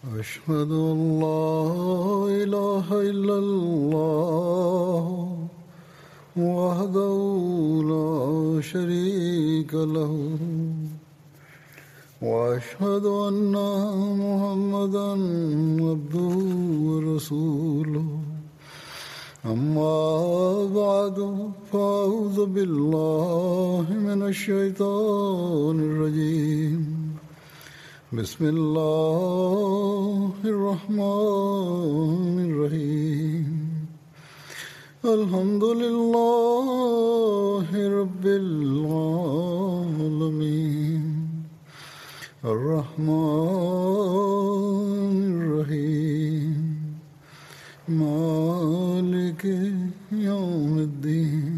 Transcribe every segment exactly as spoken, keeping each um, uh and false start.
أشهد أن لا إله إلا الله وحده لا شريك له وأشهد أن محمدا عبده ورسوله أما بعد فأعوذ بالله من الشيطان الرجيم بسم الله الرحمن الرحيم الحمد لله رب العالمين الرحمن الرحيم مالك يوم الدين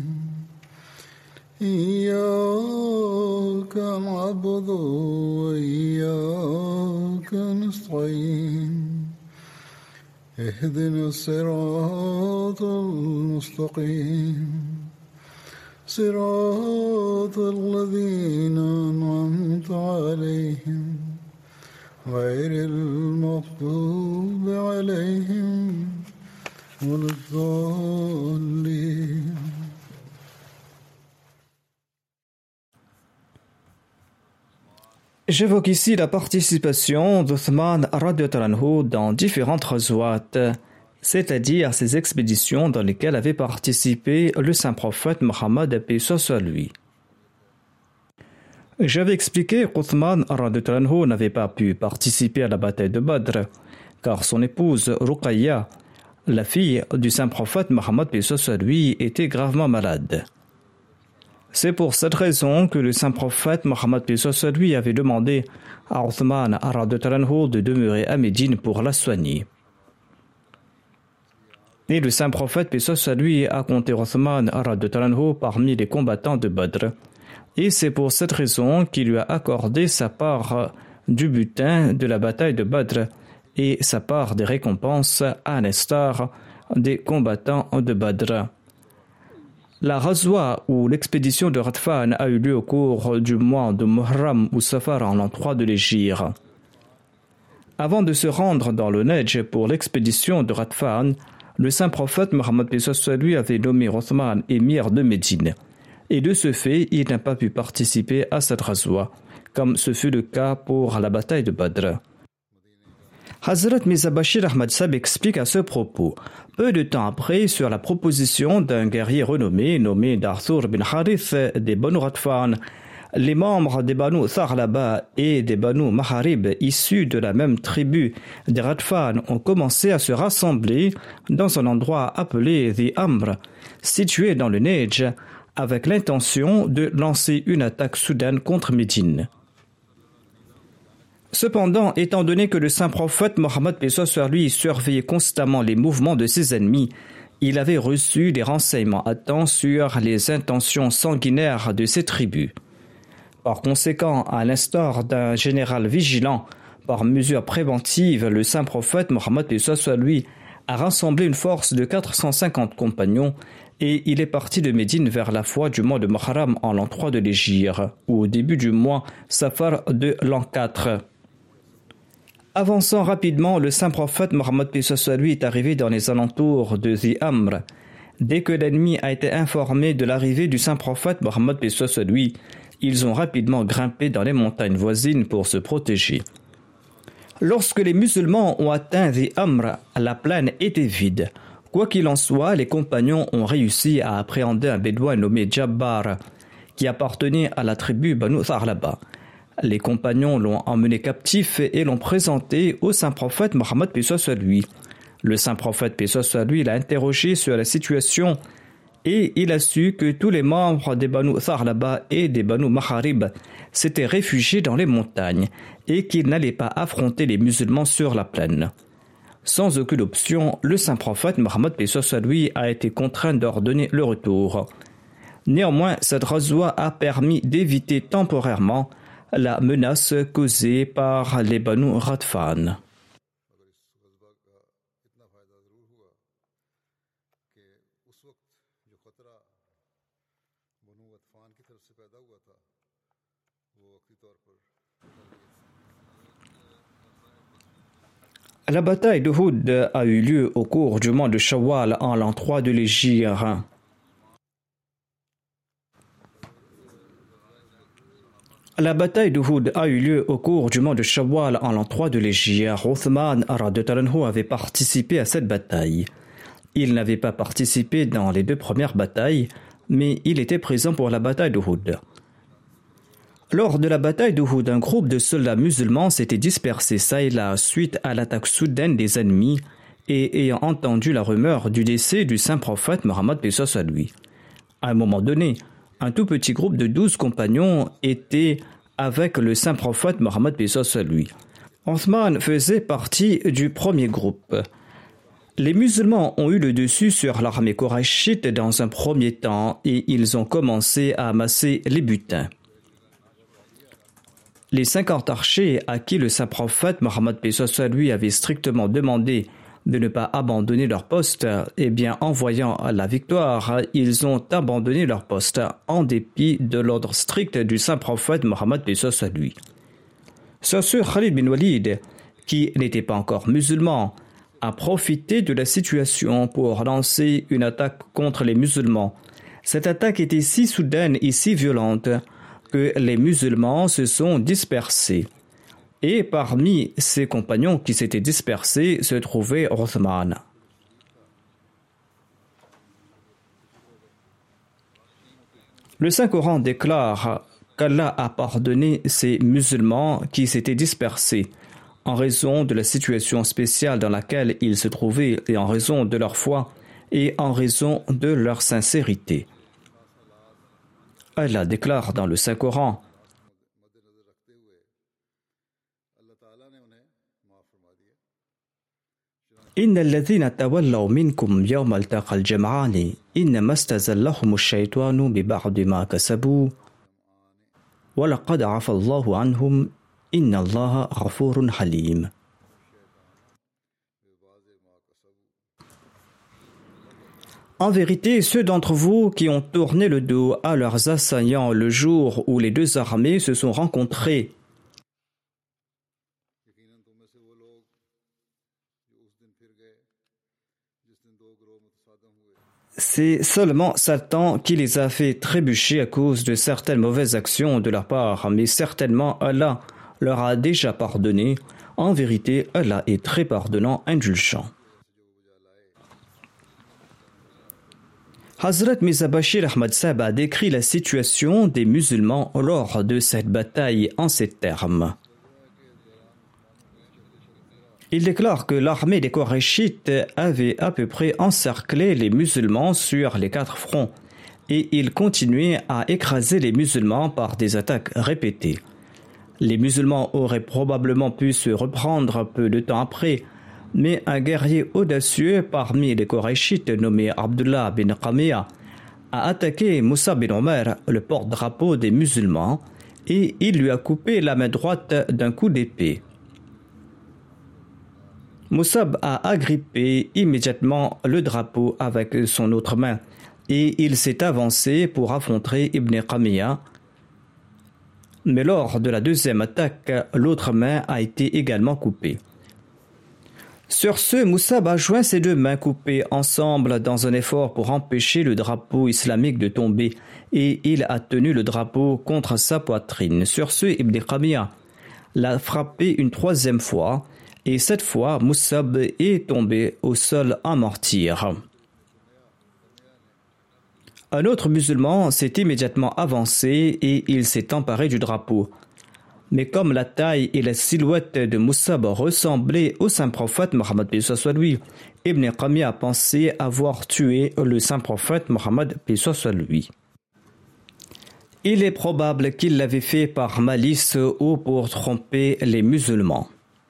إياك نعبد وإياك نستعين اهدنا الصراط المستقيم صراط الذين أنعمت عليهم غير المغضوب عليهم ولا الضالين. J'évoque ici la participation d'Uthman radhiyallahu anhu dans différentes ghazwat, c'est-à-dire ces expéditions dans lesquelles avait participé le saint prophète Mohammed paix soit lui. J'avais expliqué qu'Uthman radhiyallahu anhu n'avait pas pu participer à la bataille de Badr, car son épouse Ruqayya, la fille du saint prophète Mohammed paix soit lui, était gravement malade. C'est pour cette raison que le saint prophète Mohammed paix soit lui avait demandé à Uthman radhiyallahu anhu de demeurer à Médine pour la soigner. Et le saint prophète paix soit lui a compté Uthman radhiyallahu anhu parmi les combattants de Badr. Et c'est pour cette raison qu'il lui a accordé sa part du butin de la bataille de Badr et sa part des récompenses à l'instar des combattants de Badr. La Ghazwa ou l'expédition de Ghatfan a eu lieu au cours du mois de Muharram ou Safar en l'an trois de l'Hégire. Avant de se rendre dans le Nejd pour l'expédition de Ghatfan, le saint prophète Mohammed paix soit lui avait nommé Uthman émir de Médine. Et de ce fait, il n'a pas pu participer à cette Ghazwa, comme ce fut le cas pour la bataille de Badr. Hazrat Mirza Bashir Ahmad Sahib explique à ce propos, peu de temps après, sur la proposition d'un guerrier renommé nommé Darthur bin Harith des Banu Ghatfan, les membres des Banu Tharlaba et des Banu Maharib, issus de la même tribu des Ghatfan, ont commencé à se rassembler dans un endroit appelé The Amr, situé dans le Nejd, avec l'intention de lancer une attaque soudaine contre Médine. Cependant, étant donné que le saint prophète Mohammed paix soit lui surveillait constamment les mouvements de ses ennemis, il avait reçu des renseignements à temps sur les intentions sanguinaires de ces tribus. Par conséquent, à l'instar d'un général vigilant, par mesure préventive, le saint prophète Mohammed paix soit lui a rassemblé une force de quatre cent cinquante compagnons et il est parti de Médine vers la foi du mois de Muharram en l'an trois de l'Hégire, ou au début du mois Safar de l'an quatre. Avançant rapidement, le saint prophète Mohammed paix soit lui est arrivé dans les alentours de The Amr. Dès que l'ennemi a été informé de l'arrivée du saint prophète Mohammed paix soit lui, ils ont rapidement grimpé dans les montagnes voisines pour se protéger. Lorsque les musulmans ont atteint The Amr, la plaine était vide. Quoi qu'il en soit, les compagnons ont réussi à appréhender un bédouin nommé Jabbar, qui appartenait à la tribu Banu Tharlaba. Les compagnons l'ont emmené captif et l'ont présenté au saint prophète Mohammed paix soit lui. Le saint prophète paix soit lui l'a interrogé sur la situation et il a su que tous les membres des Banu Tharlaba et des Banu Maharib s'étaient réfugiés dans les montagnes et qu'ils n'allaient pas affronter les musulmans sur la plaine. Sans aucune option, le saint prophète Mohammed paix soit lui a été contraint d'ordonner le retour. Néanmoins, cette ghazwa a permis d'éviter temporairement la menace causée par les Banu Ghatfan. La bataille d'Uhud a eu lieu au cours du mois de Shawwal en l'an trois de l'Hégire. La bataille d'Uhud a eu lieu au cours du mois de Shawwal en l'an trois de l'Hégire. Uthman radhiyallahu avait participé à cette bataille. Il n'avait pas participé dans les deux premières batailles, mais il était présent pour la bataille d'Uhud. Lors de la bataille d'Uhud, un groupe de soldats musulmans s'était dispersé ça et là suite à l'attaque soudaine des ennemis et ayant entendu la rumeur du décès du saint prophète Mohammed paix soit sur lui. À un moment donné, un tout petit groupe de douze compagnons était avec le saint prophète Mohammed paix soit sur lui. Othman faisait partie du premier groupe. Les musulmans ont eu le dessus sur l'armée Qurayshite dans un premier temps et ils ont commencé à amasser les butins. Les cinquante archers à qui le saint prophète Mohammed paix soit sur lui avait strictement demandé de ne pas abandonner leur poste, et bien en voyant la victoire, ils ont abandonné leur poste en dépit de l'ordre strict du saint prophète Mohammed paix soit sur lui. Sur ce, Khalid bin Walid, qui n'était pas encore musulman, a profité de la situation pour lancer une attaque contre les musulmans. Cette attaque était si soudaine et si violente que les musulmans se sont dispersés. Et parmi ses compagnons qui s'étaient dispersés se trouvait Uthman. Le Saint-Coran déclare qu'Allah a pardonné ces musulmans qui s'étaient dispersés en raison de la situation spéciale dans laquelle ils se trouvaient et en raison de leur foi et en raison de leur sincérité. Allah déclare dans le Saint-Coran: إن الذين تولوا منكم يوم التقى الجمعان إنما استزلهم الشيطان ببعض ما كسبوا ولقد عفى الله عنهم إن الله غفور حليم. En vérité, ceux d'entre vous qui ont tourné le dos à leurs assaillants le jour où les deux armées se sont rencontrées, c'est seulement Satan qui les a fait trébucher à cause de certaines mauvaises actions de leur part, mais certainement Allah leur a déjà pardonné. En vérité, Allah est très pardonnant, indulgent. Hazrat Mirza Bashir Ahmad Sahib a décrit la situation des musulmans lors de cette bataille en ces termes. Il déclare que l'armée des Qurayshites avait à peu près encerclé les musulmans sur les quatre fronts et ils continuaient à écraser les musulmans par des attaques répétées. Les musulmans auraient probablement pu se reprendre peu de temps après, mais un guerrier audacieux parmi les Qurayshites nommé Abdullah bin Qamiya a attaqué Moussa bin Omer, le porte-drapeau des musulmans, et il lui a coupé la main droite d'un coup d'épée. Moussab a agrippé immédiatement le drapeau avec son autre main et il s'est avancé pour affronter Ibn Qamiya. Mais lors de la deuxième attaque, l'autre main a été également coupée. Sur ce, Moussab a joint ses deux mains coupées ensemble dans un effort pour empêcher le drapeau islamique de tomber et il a tenu le drapeau contre sa poitrine. Sur ce, Ibn Qamiya l'a frappé une troisième fois et cette fois, Moussab est tombé au sol en martyr. Un autre musulman s'est immédiatement avancé et il s'est emparé du drapeau. Mais comme la taille et la silhouette de Moussab ressemblaient au saint prophète Mohammed paix soit sur lui, Ibn Qamiya a pensé avoir tué le saint prophète Mohammed paix soit sur lui. Il est probable qu'il l'avait fait par malice ou pour tromper les musulmans.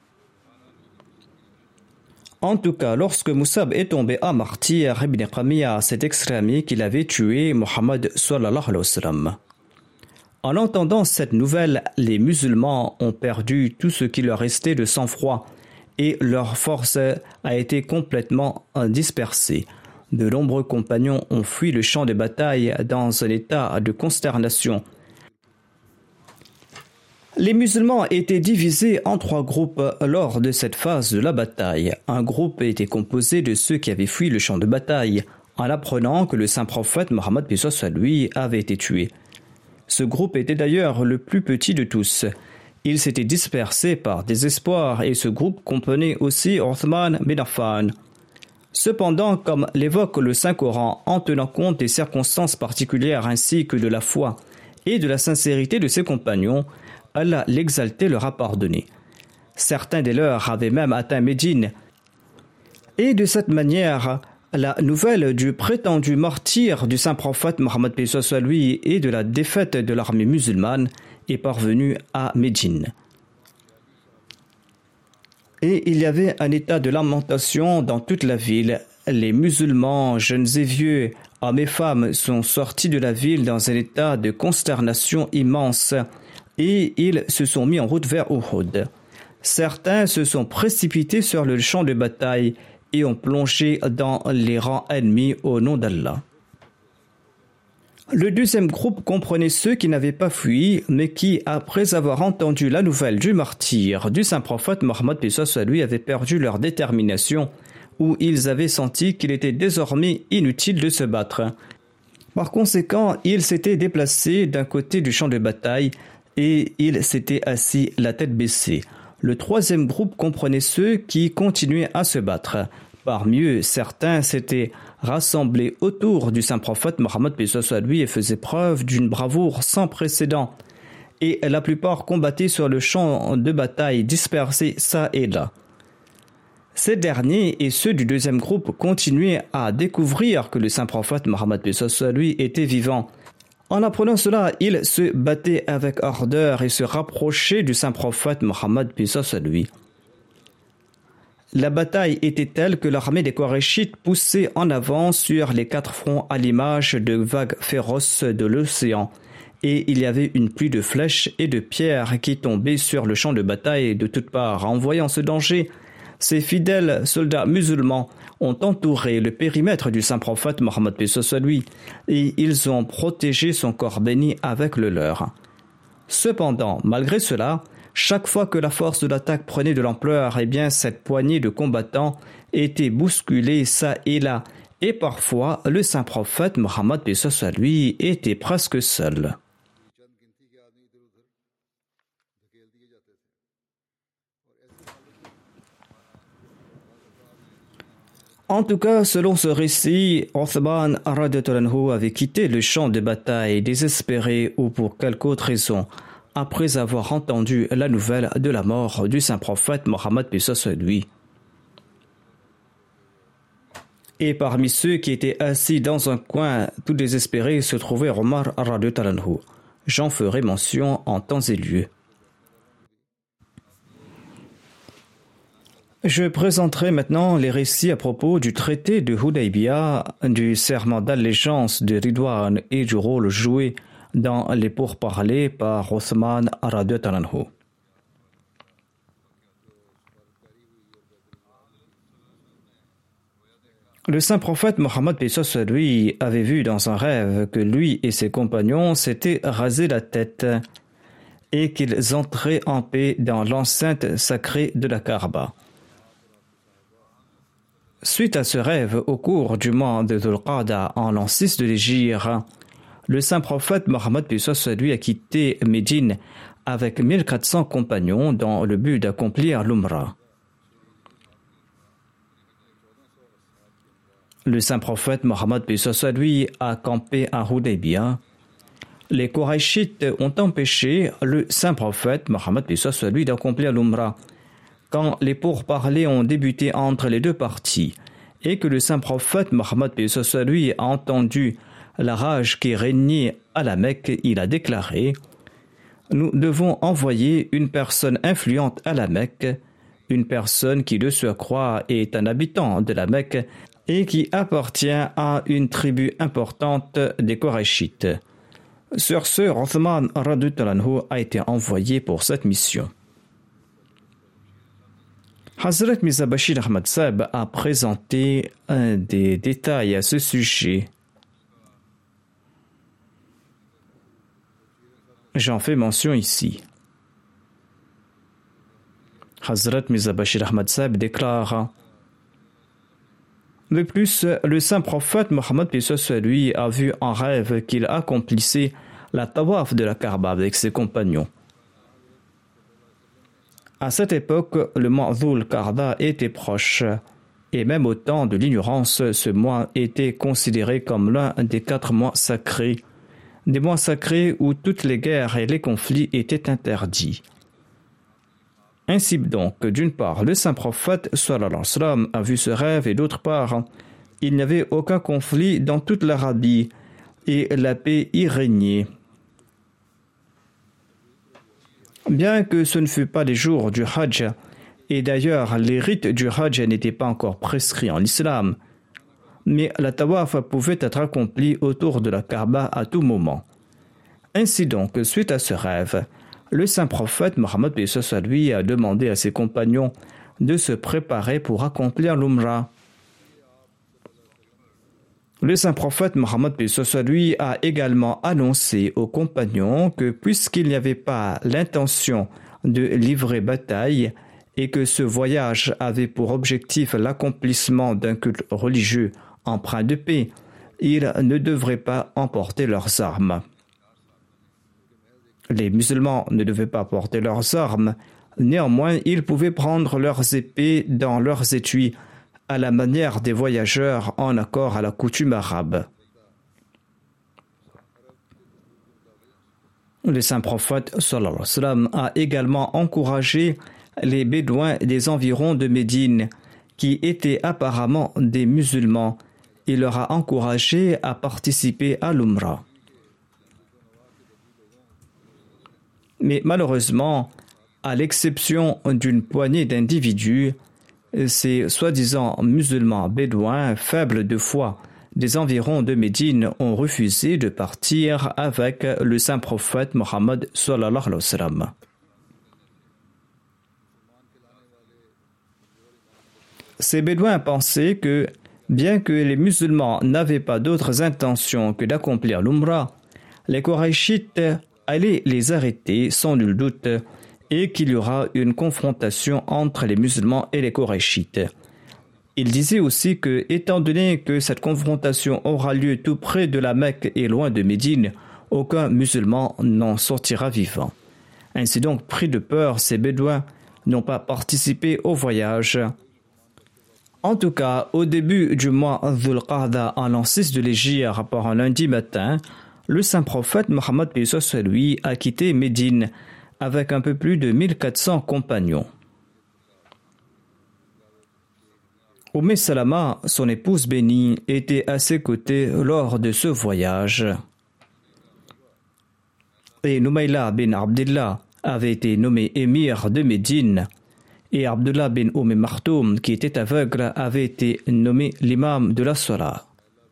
En tout cas, lorsque Moussab est tombé à martyr, Ibn Qamiya s'est exclamé qu'il avait tué Mohammed sallallahu alayhi wa sallam. En entendant cette nouvelle, les musulmans ont perdu tout ce qui leur restait de sang-froid et leur force a été complètement dispersée. De nombreux compagnons ont fui le champ de bataille dans un état de consternation. Les musulmans étaient divisés en trois groupes lors de cette phase de la bataille. Un groupe était composé de ceux qui avaient fui le champ de bataille, en apprenant que le saint prophète Mohammed paix soit lui avait été tué. Ce groupe était d'ailleurs le plus petit de tous. Il s'était dispersé par désespoir et ce groupe comprenait aussi Othman bin Affan. Cependant, comme l'évoque le Saint-Coran, en tenant compte des circonstances particulières ainsi que de la foi et de la sincérité de ses compagnons, Allah l'exalté leur a pardonné. Certains des leurs avaient même atteint Médine. Et de cette manière, la nouvelle du prétendu martyr du saint prophète Mohammed paix soit lui et de la défaite de l'armée musulmane est parvenue à Médine. Et il y avait un état de lamentation dans toute la ville. Les musulmans, jeunes et vieux, hommes et femmes, sont sortis de la ville dans un état de consternation immense et ils se sont mis en route vers Uhud. Certains se sont précipités sur le champ de bataille et ont plongé dans les rangs ennemis au nom d'Allah. Le deuxième groupe comprenait ceux qui n'avaient pas fui, mais qui, après avoir entendu la nouvelle du martyr du saint prophète Mohammed paix soit lui, avaient perdu leur détermination, ou ils avaient senti qu'il était désormais inutile de se battre. Par conséquent, ils s'étaient déplacés d'un côté du champ de bataille et ils s'étaient assis la tête baissée. Le troisième groupe comprenait ceux qui continuaient à se battre. Parmi eux, certains s'étaient rassemblés autour du saint prophète Mohammed paix soit lui et faisaient preuve d'une bravoure sans précédent. Et la plupart combattaient sur le champ de bataille dispersés çà et là. Ces derniers et ceux du deuxième groupe continuaient à découvrir que le saint prophète Mohammed paix soit lui était vivant. En apprenant cela, ils se battaient avec ardeur et se rapprochaient du saint prophète Mohammed paix soit lui. La bataille était telle que l'armée des Qurayshites poussait en avant sur les quatre fronts à l'image de vagues féroces de l'océan, et il y avait une pluie de flèches et de pierres qui tombaient sur le champ de bataille de toutes parts. En voyant ce danger, ces fidèles soldats musulmans ont entouré le périmètre du saint prophète Mohammed paix soit lui, et ils ont protégé son corps béni avec le leur. Cependant, malgré cela, chaque fois que la force de l'attaque prenait de l'ampleur, eh bien cette poignée de combattants était bousculée çà et là, et parfois le saint prophète Mohammed paix soit lui était presque seul. En tout cas, selon ce récit, Othman radhiyallahu anhu avait quitté le champ de bataille désespéré ou pour quelque autre raison, après avoir entendu la nouvelle de la mort du saint prophète Mohammed paix soit lui. Et parmi ceux qui étaient assis dans un coin tout désespéré se trouvait Omar radhiyallahu anhu. J'en ferai mention en temps et lieu. Je présenterai maintenant les récits à propos du traité de Hudaybiyah, du serment d'allégeance de Ridwan et du rôle joué dans les pourparlers par Othman radhiyallahu anhu. Le saint prophète Mohammed paix soit lui avait vu dans un rêve que lui et ses compagnons s'étaient rasé la tête et qu'ils entraient en paix dans l'enceinte sacrée de la Kaaba. Suite à ce rêve, au cours du mois de Dhul Qa'da en l'an six de l'Hégire, le saint prophète Mohammed paix soit lui a quitté Médine avec mille quatre cents compagnons dans le but d'accomplir l'Umrah. Le saint prophète Mohammed paix soit lui a campé à Hudaybiyah. Les Qurayshites ont empêché le saint prophète Mohammed paix soit lui d'accomplir l'Umrah quand les pourparlers ont débuté entre les deux parties et que le saint prophète Mohammed paix soit lui a entendu la rage qui régnait à la Mecque, il a déclaré: nous devons envoyer une personne influente à la Mecque, une personne qui de surcroît est un habitant de la Mecque et qui appartient à une tribu importante des Qurayshites. Sur ce, Othman radhiyallahu anhu a été envoyé pour cette mission. Hazrat Mirza Bashir Ahmad Sahib a présenté un des détails à ce sujet. J'en fais mention ici. Hazrat Mirza Bashir Ahmad Sahib déclare: de plus, le saint prophète Mohammed lui a vu en rêve qu'il accomplissait la tawaf de la Kaaba avec ses compagnons. À cette époque, le mois Dhul Qarda était proche, et même au temps de l'ignorance, ce mois était considéré comme l'un des quatre mois sacrés, des mois sacrés où toutes les guerres et les conflits étaient interdits. Ainsi donc, d'une part, le saint prophète sallallahu alayhi wa sallam a vu ce rêve, et d'autre part, il n'y avait aucun conflit dans toute l'Arabie et la paix y régnait. Bien que ce ne fût pas les jours du Hajj, et d'ailleurs les rites du Hajj n'étaient pas encore prescrits en islam, mais la tawaf pouvait être accomplie autour de la Kaaba à tout moment. Ainsi donc, suite à ce rêve, le saint prophète Mohammed lui a demandé à ses compagnons de se préparer pour accomplir l'Umrah. Le saint prophète Mohammed lui a également annoncé aux compagnons que puisqu'il n'y avait pas l'intention de livrer bataille et que ce voyage avait pour objectif l'accomplissement d'un culte religieux empreint de paix, ils ne devraient pas emporter leurs armes. Les musulmans ne devaient pas porter leurs armes, néanmoins ils pouvaient prendre leurs épées dans leurs étuis, à la manière des voyageurs en accord à la coutume arabe. Le saint prophète sallallahu alayhi wa sallam a également encouragé les bédouins des environs de Médine, qui étaient apparemment des musulmans, et leur a encouragé à participer à l'Umrah. Mais malheureusement, à l'exception d'une poignée d'individus, ces soi-disant musulmans bédouins faibles de foi des environs de Médine ont refusé de partir avec le saint prophète Mohammed sallallahu alayhi wa sallam. Ces bédouins pensaient que, bien que les musulmans n'avaient pas d'autres intentions que d'accomplir l'Umrah, les Qurayshites allaient les arrêter sans nul doute et qu'il y aura une confrontation entre les musulmans et les Qurayshites. Il disait aussi que, étant donné que cette confrontation aura lieu tout près de la Mecque et loin de Médine, aucun musulman n'en sortira vivant. Ainsi donc, pris de peur, ces bédouins n'ont pas participé au voyage. En tout cas, au début du mois Dhul Qarda, en l'an six de l'Hégire, par un lundi matin, le saint prophète Mohammed lui a quitté Médine avec un peu plus de mille quatre cents compagnons. Umm Salama, son épouse bénie, était à ses côtés lors de ce voyage. Et Numayla bin Abdullah avait été nommé émir de Médine, et Abdullah bin Umm Maktoum, qui était aveugle, avait été nommé l'imam de la Salah.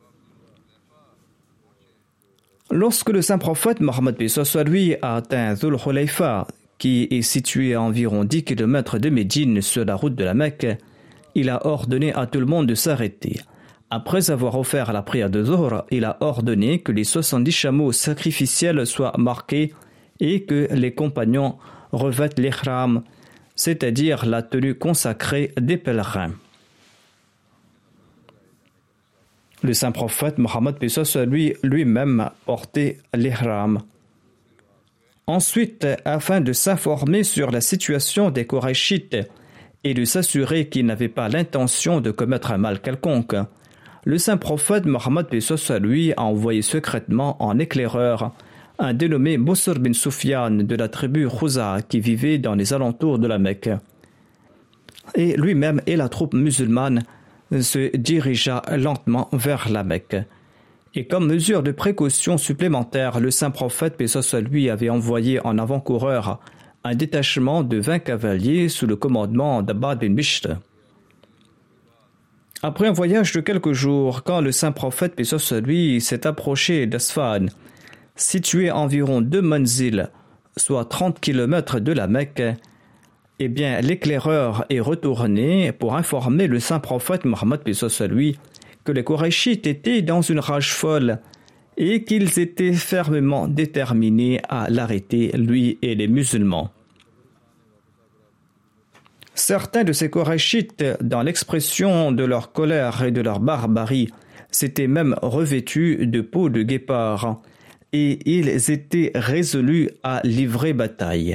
Lorsque le saint prophète Mohammed lui a atteint Dhul Hulayfa, qui est situé à environ dix kilomètres de Médine sur la route de la Mecque, il a ordonné à tout le monde de s'arrêter. Après avoir offert la prière de Zuhr, il a ordonné que les soixante-dix chameaux sacrificiels soient marqués et que les compagnons revêtent l'ihram, c'est-à-dire la tenue consacrée des pèlerins. Le saint prophète Mohammed lui lui-même portait l'ihram. Ensuite, afin de s'informer sur la situation des Qurayshites et de s'assurer qu'ils n'avaient pas l'intention de commettre un mal quelconque, le saint prophète Mohammed lui a envoyé secrètement en éclaireur un dénommé Busr bin Sufyan de la tribu Khuza qui vivait dans les alentours de la Mecque. Et lui-même et la troupe musulmane se dirigea lentement vers la Mecque. Et comme mesure de précaution supplémentaire, le saint prophète lui avait envoyé en avant-coureur un détachement de vingt cavaliers sous le commandement d'Abbad bin Bishr. Après un voyage de quelques jours, quand le saint prophète lui s'est approché d'Asfan, situé à environ deux manzils, soit trente kilomètres de la Mecque, eh bien, l'éclaireur est retourné pour informer le saint prophète Mohammed lui que les Qurayshites étaient dans une rage folle et qu'ils étaient fermement déterminés à l'arrêter, lui et les musulmans. Certains de ces Korachites, dans l'expression de leur colère et de leur barbarie, s'étaient même revêtus de peau de guépard, et ils étaient résolus à livrer bataille.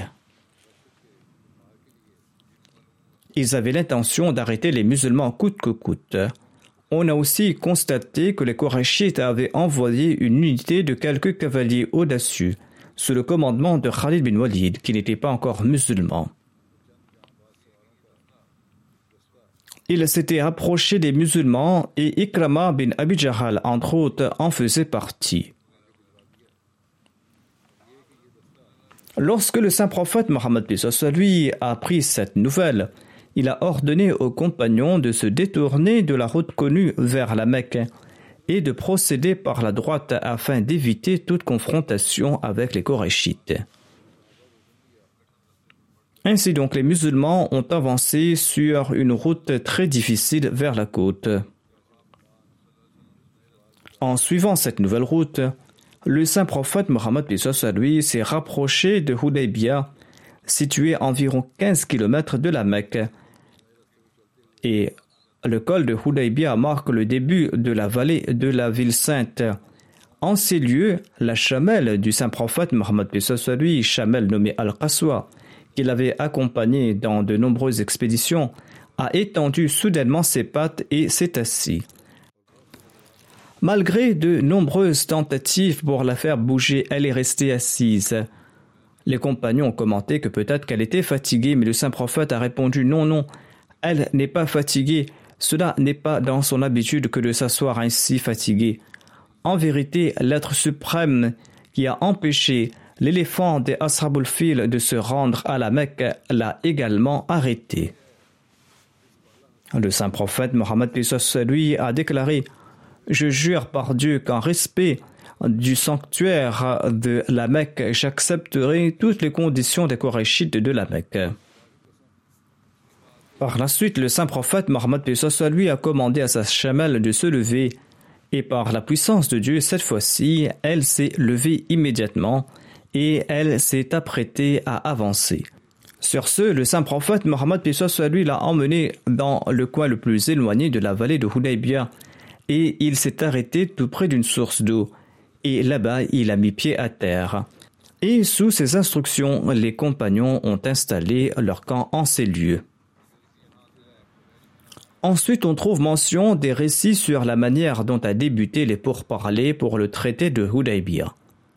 Ils avaient l'intention d'arrêter les musulmans coûte que coûte. On a aussi constaté que les Korachites avaient envoyé une unité de quelques cavaliers audacieux, sous le commandement de Khalid bin Walid, qui n'était pas encore musulman. Il s'était approché des musulmans et Ikrama bin Abi Jahal, entre autres, en faisait partie. Lorsque le saint prophète Mohammed lui a appris cette nouvelle, il a ordonné aux compagnons de se détourner de la route connue vers la Mecque et de procéder par la droite afin d'éviter toute confrontation avec les Korachites. Ainsi donc, les musulmans ont avancé sur une route très difficile vers la côte. En suivant cette nouvelle route, le saint prophète Mohammed lui s'est rapproché de Hudaybiyah, situé à environ quinze kilomètres de la Mecque. Et le col de Hudaybiyah marque le début de la vallée de la ville sainte. En ces lieux, la chamelle du saint prophète Mohammed lui, chamelle nommée Al-Qaswa, qui l'avait accompagné dans de nombreuses expéditions, a étendu soudainement ses pattes et s'est assis. Malgré de nombreuses tentatives pour la faire bouger, elle est restée assise. Les compagnons ont commenté que peut-être qu'elle était fatiguée, mais le saint prophète a répondu « Non, non, elle n'est pas fatiguée. Cela n'est pas dans son habitude que de s'asseoir ainsi fatiguée. En vérité, l'être suprême qui a empêché l'éléphant des Ashabul Fil de se rendre à la Mecque l'a également arrêté. » Le saint prophète Mohammed lui a déclaré « Je jure par Dieu qu'en respect du sanctuaire de la Mecque, j'accepterai toutes les conditions des Korachites de la Mecque. » Par la suite, le saint prophète Mohammed lui a commandé à sa chamelle de se lever et par la puissance de Dieu, cette fois-ci, elle s'est levée immédiatement et elle s'est apprêtée à avancer. Sur ce, le saint prophète Mohammed lui l'a emmené dans le coin le plus éloigné de la vallée de Hudaybiyah et il s'est arrêté tout près d'une source d'eau. Et là-bas, il a mis pied à terre. Et sous ses instructions, les compagnons ont installé leur camp en ces lieux. Ensuite, on trouve mention des récits sur la manière dont a débuté les pourparlers pour le traité de Hudaybiyah.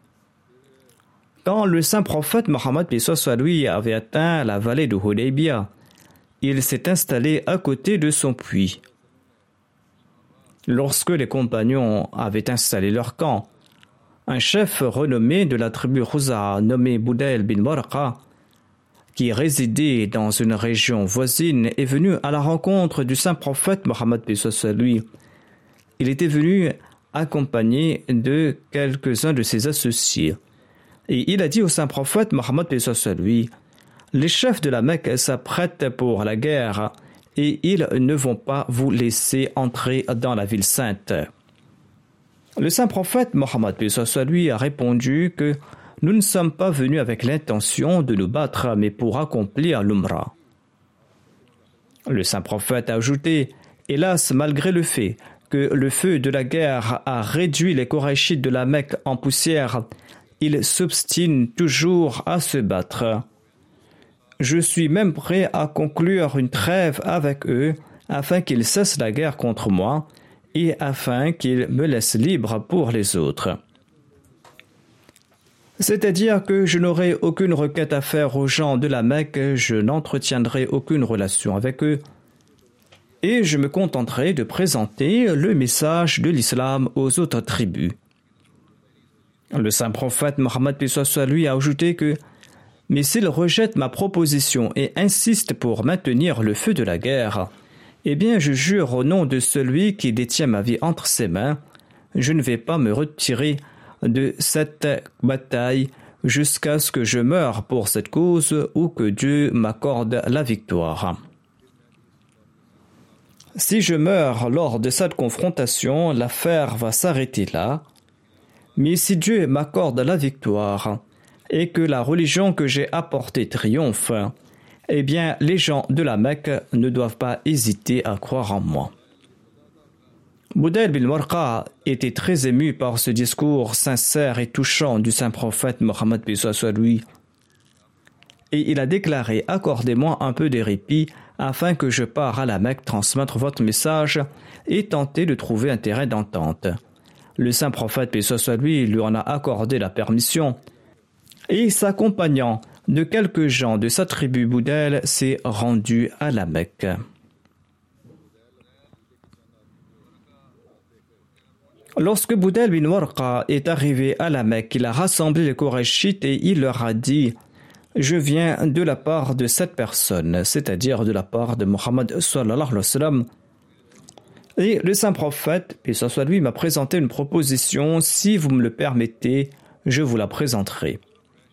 Quand le saint prophète Mohammed lui avait atteint la vallée de Hudaybiyah, il s'est installé à côté de son puits. Lorsque les compagnons avaient installé leur camp, un chef renommé de la tribu Khuza'a nommé Budayl bin Warqa, qui résidait dans une région voisine, est venu à la rencontre du saint prophète Mohammed lui. Il était venu accompagné de quelques-uns de ses associés. Et il a dit au saint prophète Mohammed lui, « Les chefs de la Mecque s'apprêtent pour la guerre et ils ne vont pas vous laisser entrer dans la ville sainte. » Le saint prophète Mohammed lui a répondu que nous ne sommes pas venus avec l'intention de nous battre, mais pour accomplir l'Umrah. Le saint prophète a ajouté, hélas, malgré le fait que le feu de la guerre a réduit les Korachites de la Mecque en poussière, ils s'obstinent toujours à se battre. Je suis même prêt à conclure une trêve avec eux afin qu'ils cessent la guerre contre moi et afin qu'ils me laissent libre pour les autres. C'est-à-dire que je n'aurai aucune requête à faire aux gens de la Mecque, je n'entretiendrai aucune relation avec eux, et je me contenterai de présenter le message de l'islam aux autres tribus. Le saint prophète Mohammed lui a ajouté que « Mais s'ils rejettent ma proposition et insistent pour maintenir le feu de la guerre, eh bien je jure au nom de celui qui détient ma vie entre ses mains, je ne vais pas me retirer de cette bataille jusqu'à ce que je meure pour cette cause ou que Dieu m'accorde la victoire. Si je meurs lors de cette confrontation, l'affaire va s'arrêter là. Mais si Dieu m'accorde la victoire et que la religion que j'ai apportée triomphe, eh bien, les gens de la Mecque ne doivent pas hésiter à croire en moi. Budayl bin Warqa était très ému par ce discours sincère et touchant du saint prophète Mohammed paix soit lui. Et il a déclaré « Accordez-moi un peu de répit afin que je parte à la Mecque transmettre votre message et tenter de trouver un terrain d'entente. » Le saint prophète paix soit lui lui en a accordé la permission et s'accompagnant de quelques gens de sa tribu Budayl s'est rendu à la Mecque. Lorsque Budayl bin Warqa est arrivé à la Mecque, il a rassemblé les Qurayshites et il leur a dit « Je viens de la part de cette personne, c'est-à-dire de la part de Mohammed sallallahu alayhi wa sallam. » Et le saint prophète, paix soit lui, m'a présenté une proposition. Si vous me le permettez, je vous la présenterai.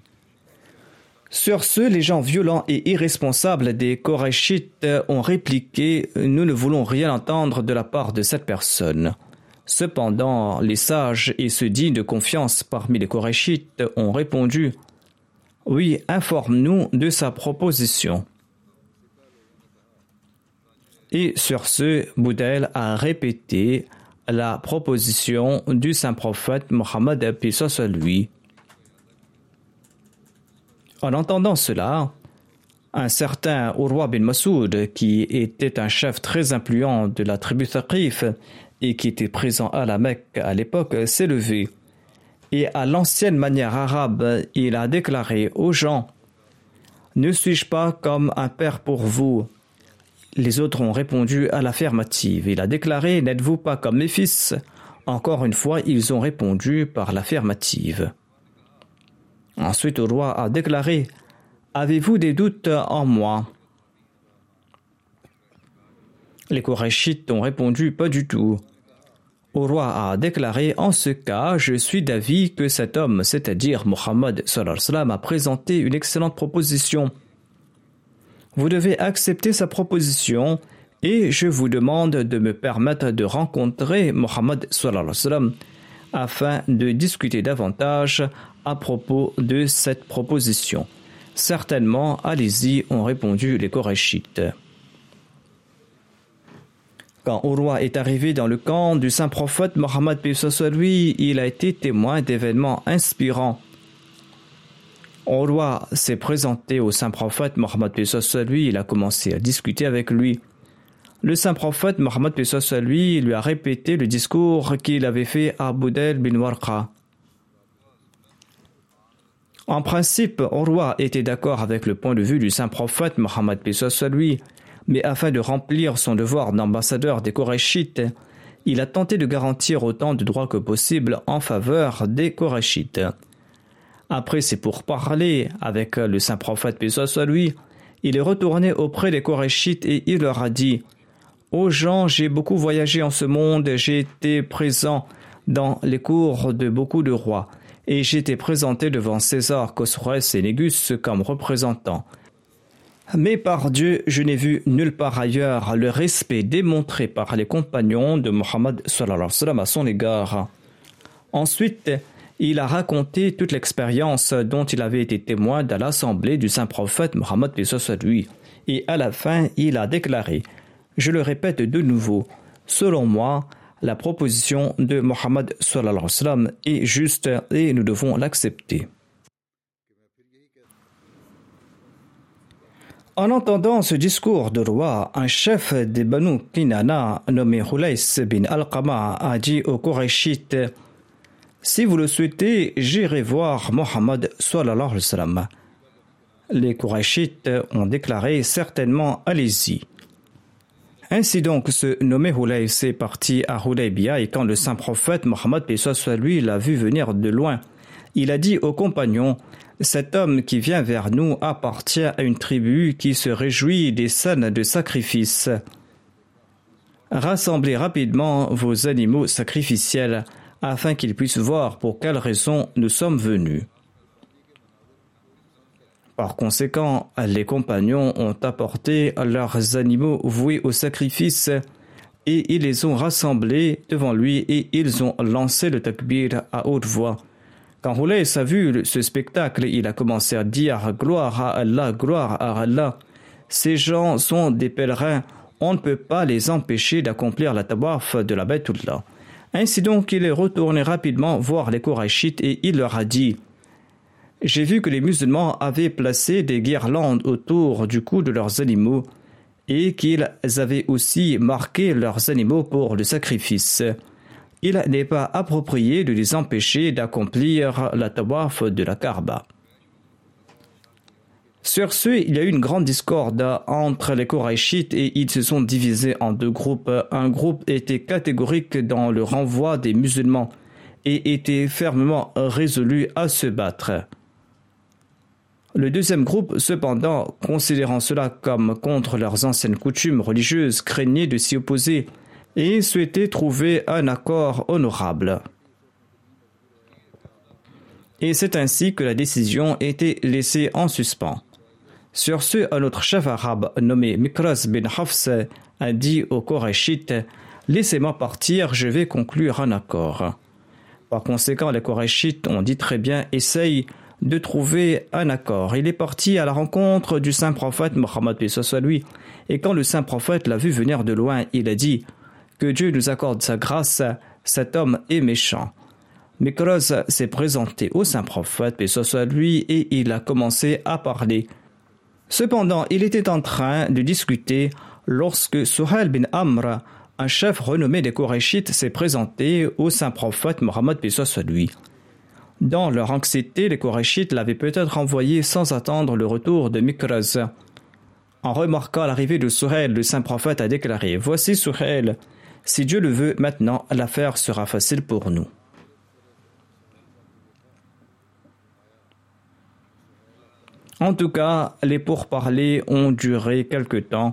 Sur ce, les gens violents et irresponsables des Qurayshites ont répliqué « Nous ne voulons rien entendre de la part de cette personne. » Cependant, les sages et ceux dignes de confiance parmi les Qurayshites ont répondu « Oui, informe-nous de sa proposition. » Et sur ce, Budayl a répété la proposition du saint prophète Mohammed paix soit lui. En entendant cela, un certain Urwa bin Masoud, qui était un chef très influent de la tribu Thaqif et qui était présent à la Mecque à l'époque, s'est levé. Et à l'ancienne manière arabe, il a déclaré aux gens « Ne suis-je pas comme un père pour vous ?» Les autres ont répondu à l'affirmative. Il a déclaré « N'êtes-vous pas comme mes fils ?» Encore une fois, ils ont répondu par l'affirmative. Ensuite, le roi a déclaré « Avez-vous des doutes en moi ?» Les Qurayshites ont répondu « Pas du tout ». Le roi a déclaré « En ce cas, je suis d'avis que cet homme, c'est-à-dire Mohammed sallallahu alayhi wa sallam, a présenté une excellente proposition. Vous devez accepter sa proposition et je vous demande de me permettre de rencontrer Mohammed sallallahu alayhi wa sallam afin de discuter davantage à propos de cette proposition. Certainement, allez-y, ont répondu les Qurayshites. Quand Urwa est arrivé dans le camp du saint prophète Mohammed paix soit lui, il a été témoin d'événements inspirants. Urwa s'est présenté au saint prophète Mohammed paix soit lui, il a commencé à discuter avec lui. Le saint prophète Mohammed paix soit lui lui a répété le discours qu'il avait fait à Budayl bin Warqa. En principe, Urwa était d'accord avec le point de vue du saint prophète Mohammed paix soit lui, mais afin de remplir son devoir d'ambassadeur des Qurayshites, il a tenté de garantir autant de droits que possible en faveur des Qurayshites. Après ses pourparlers avec le saint prophète paix soit lui, il est retourné auprès des Qurayshites et il leur a dit « Ô gens, j'ai beaucoup voyagé en ce monde, j'ai été présent dans les cours de beaucoup de rois, et j'ai été présenté devant César, Khosroès et Négus comme représentants. Mais par Dieu, je n'ai vu nulle part ailleurs le respect démontré par les compagnons de Mohammed sallallahu alayhi wa sallam à son égard. » Ensuite, il a raconté toute l'expérience dont il avait été témoin dans l'assemblée du saint prophète Mohammed paix soit lui. Et à la fin, il a déclaré « Je le répète de nouveau, selon moi, la proposition de Mohammed sallallahu alayhi wa sallam est juste et nous devons l'accepter. » En entendant ce discours de roi, un chef des Banu Kinana nommé Hulays bin Alqama a dit aux Qurayshites « Si vous le souhaitez, j'irai voir Mohammed sallallahu alayhi wa sallam. » Les Qurayshites ont déclaré « Certainement, allez-y. » Ainsi donc, ce nommé Hulays est parti à Hudaybiyah et quand le saint prophète Mohammed paix soit lui l'a vu venir de loin, il a dit aux compagnons « Cet homme qui vient vers nous appartient à une tribu qui se réjouit des scènes de sacrifice. Rassemblez rapidement vos animaux sacrificiels afin qu'ils puissent voir pour quelle raison nous sommes venus. » Par conséquent, les compagnons ont apporté leurs animaux voués au sacrifice et ils les ont rassemblés devant lui et ils ont lancé le takbir à haute voix. Quand Hulays a vu ce spectacle, il a commencé à dire « Gloire à Allah, gloire à Allah » ces gens sont des pèlerins, on ne peut pas les empêcher d'accomplir la tawaf de la Baytullah. Ainsi donc, il est retourné rapidement voir les Qurayshites et il leur a dit « J'ai vu que les musulmans avaient placé des guirlandes autour du cou de leurs animaux et qu'ils avaient aussi marqué leurs animaux pour le sacrifice. Il n'est pas approprié de les empêcher d'accomplir la tawaf de la Kaaba. » Sur ce, il y a eu une grande discorde entre les Qurayshites et ils se sont divisés en deux groupes. Un groupe était catégorique dans le renvoi des musulmans et était fermement résolu à se battre. Le deuxième groupe, cependant, considérant cela comme contre leurs anciennes coutumes religieuses, craignait de s'y opposer et souhaitait trouver un accord honorable. Et c'est ainsi que la décision était laissée en suspens. Sur ce, un autre chef arabe nommé Mikraz bin Hafs a dit aux Qurayshites « Laissez-moi partir, je vais conclure un accord. » Par conséquent, les Qurayshites ont dit très bien « Essaye de trouver un accord. » Il est parti à la rencontre du saint prophète Mohammed paix soit lui, et quand le saint prophète l'a vu venir de loin, il a dit « Que Dieu nous accorde sa grâce, cet homme est méchant. » Mikraz s'est présenté au saint prophète paix soit lui et il a commencé à parler. Cependant, il était en train de discuter lorsque Suhail bin Amr, un chef renommé des Qurayshites, s'est présenté au saint prophète Mohammed paix soit lui. Dans leur anxiété, les Qurayshites l'avaient peut-être envoyé sans attendre le retour de Mikraz. En remarquant l'arrivée de Suhail, le saint prophète a déclaré « Voici Suhail, si Dieu le veut, maintenant l'affaire sera facile pour nous. » En tout cas, les pourparlers ont duré quelque temps.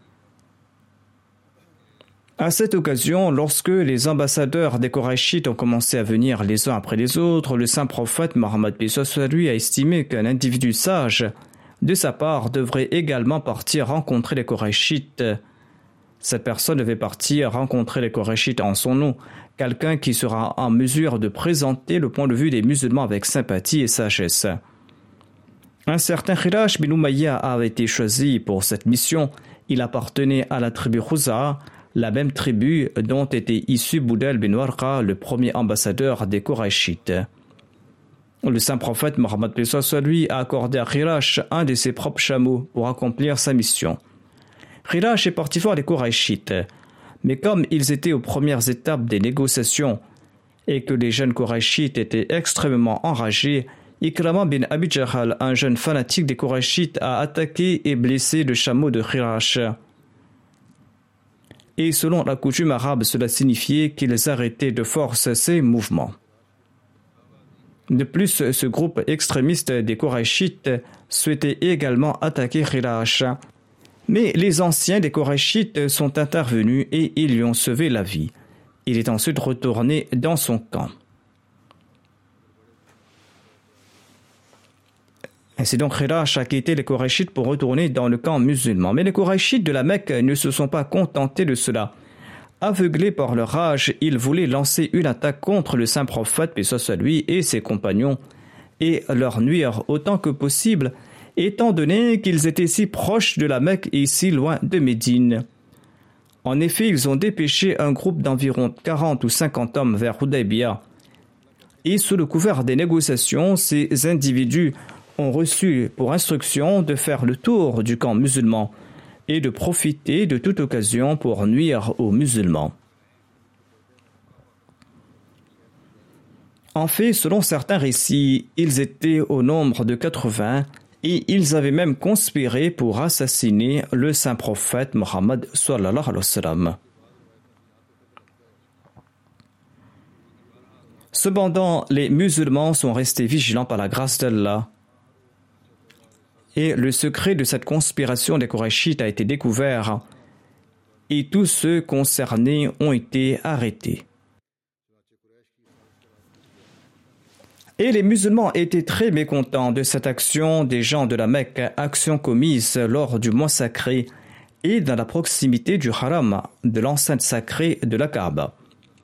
À cette occasion, lorsque les ambassadeurs des Qurayshites ont commencé à venir les uns après les autres, le saint prophète Mohammed paix soit lui a estimé qu'un individu sage, de sa part, devrait également partir rencontrer les Qurayshites. Cette personne devait partir rencontrer les Qurayshites en son nom, quelqu'un qui sera en mesure de présenter le point de vue des musulmans avec sympathie et sagesse. Un certain Khirash bin Umayya a été choisi pour cette mission. Il appartenait à la tribu Khuza'a, la même tribu dont était issu Boudal bin Warqa, le premier ambassadeur des Qurayshites. Le saint prophète Mohammed paix soit lui a accordé à Khirash un de ses propres chameaux pour accomplir sa mission. Khirash est parti voir les Qurayshites, mais comme ils étaient aux premières étapes des négociations et que les jeunes Qurayshites étaient extrêmement enragés, Ikrama bin Abi Jahal, un jeune fanatique des Qurayshites, a attaqué et blessé le chameau de Khirash. Et selon la coutume arabe, cela signifiait qu'ils arrêtaient de force ses mouvements. De plus, ce groupe extrémiste des Qurayshites souhaitait également attaquer Khirash. Mais les anciens des Qurayshites sont intervenus et ils lui ont sauvé la vie. Il est ensuite retourné dans son camp. C'est donc Khirash a quitté les Qurayshites pour retourner dans le camp musulman. Mais les Qurayshites de la Mecque ne se sont pas contentés de cela. Aveuglés par leur rage, ils voulaient lancer une attaque contre le saint prophète, paix soit lui, et ses compagnons, et leur nuire autant que possible, étant donné qu'ils étaient si proches de la Mecque et si loin de Médine. En effet, ils ont dépêché un groupe d'environ quarante ou cinquante hommes vers Hudaybiyah. Et sous le couvert des négociations, ces individus ont reçu pour instruction de faire le tour du camp musulman et de profiter de toute occasion pour nuire aux musulmans. En fait, selon certains récits, ils étaient au nombre de quatre-vingts et ils avaient même conspiré pour assassiner le saint prophète Mohammed sallallahu alayhi wa sallam. Cependant, les musulmans sont restés vigilants par la grâce d'Allah. Et le secret de cette conspiration des Qurayshites a été découvert et tous ceux concernés ont été arrêtés. Et les musulmans étaient très mécontents de cette action des gens de la Mecque, action commise lors du mois sacré et dans la proximité du haram, de l'enceinte sacrée de la Kaaba.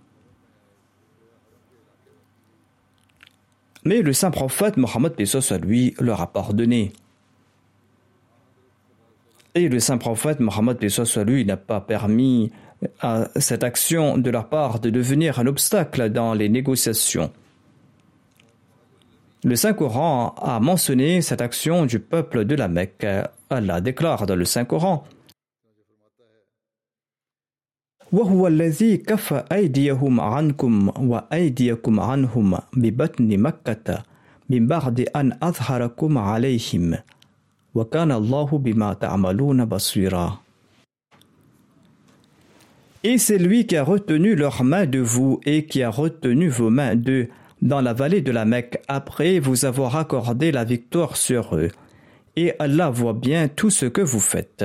Mais le saint prophète Mohammed paix soit lui leur a pardonné. Et le saint prophète Mohammed paix soit lui n'a pas permis à cette action de leur part de devenir un obstacle dans les négociations. Le Saint-Coran a mentionné cette action du peuple de la Mecque. Allah déclare dans le Saint-Coran: وَهُوَ الَّذِي كَفَّ أَيْدِيَهُمْ عَنْكُمْ وَأَيْدِيَكُمْ عَنْهُمْ بِبَطْنِ مَكَّةَ مِنْ بَعْدِ أَنْ أَظْهَرَكُمْ عَلَيْهِمْ وَكَانَ اللَّهُ بِمَا تَعْمَلُونَ بَصِيرًا. Et c'est lui qui a retenu leurs mains de vous et qui a retenu vos mains d'eux dans la vallée de la Mecque après vous avoir accordé la victoire sur eux. Et Allah voit bien tout ce que vous faites.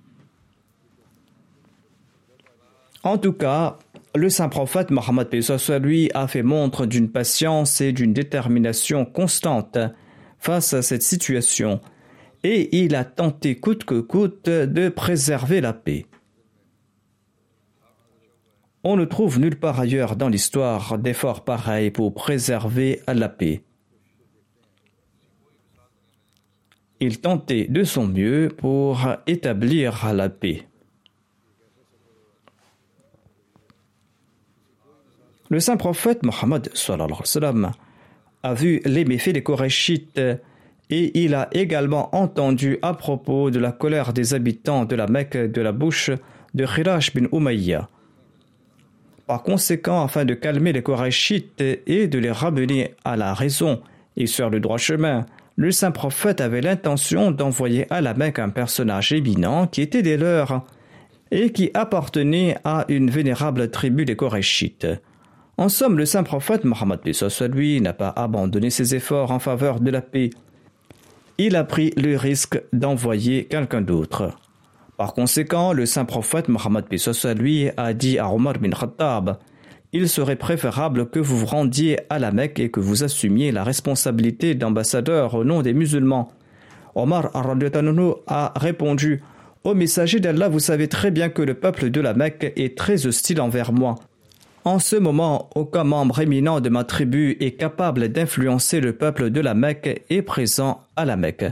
En tout cas, le saint prophète Mohammed paix soit lui a fait montre d'une patience et d'une détermination constante face à cette situation et il a tenté coûte que coûte de préserver la paix. On ne trouve nulle part ailleurs dans l'histoire d'efforts pareils pour préserver la paix. Il tentait de son mieux pour établir la paix. Le saint prophète Mohammed sallallahu alayhi wa sallam a vu les méfaits des Korachites et il a également entendu à propos de la colère des habitants de la Mecque de la bouche de Khirash bin Umayya. Par conséquent, afin de calmer les Korachites et de les ramener à la raison et sur le droit chemin, le saint prophète avait l'intention d'envoyer à la Mecque un personnage éminent qui était des leurs et qui appartenait à une vénérable tribu des Korachites. En somme, le saint prophète Mohammed paix soit lui n'a pas abandonné ses efforts en faveur de la paix. Il a pris le risque d'envoyer quelqu'un d'autre. Par conséquent, le saint prophète Mohammed paix soit lui a dit à Omar bin Khattab: il serait préférable que vous vous rendiez à la Mecque et que vous assumiez la responsabilité d'ambassadeur au nom des musulmans. Omar a répondu: ô messager d'Allah, vous savez très bien que le peuple de la Mecque est très hostile envers moi. En ce moment, aucun membre éminent de ma tribu est capable d'influencer le peuple de la Mecque et présent à la Mecque.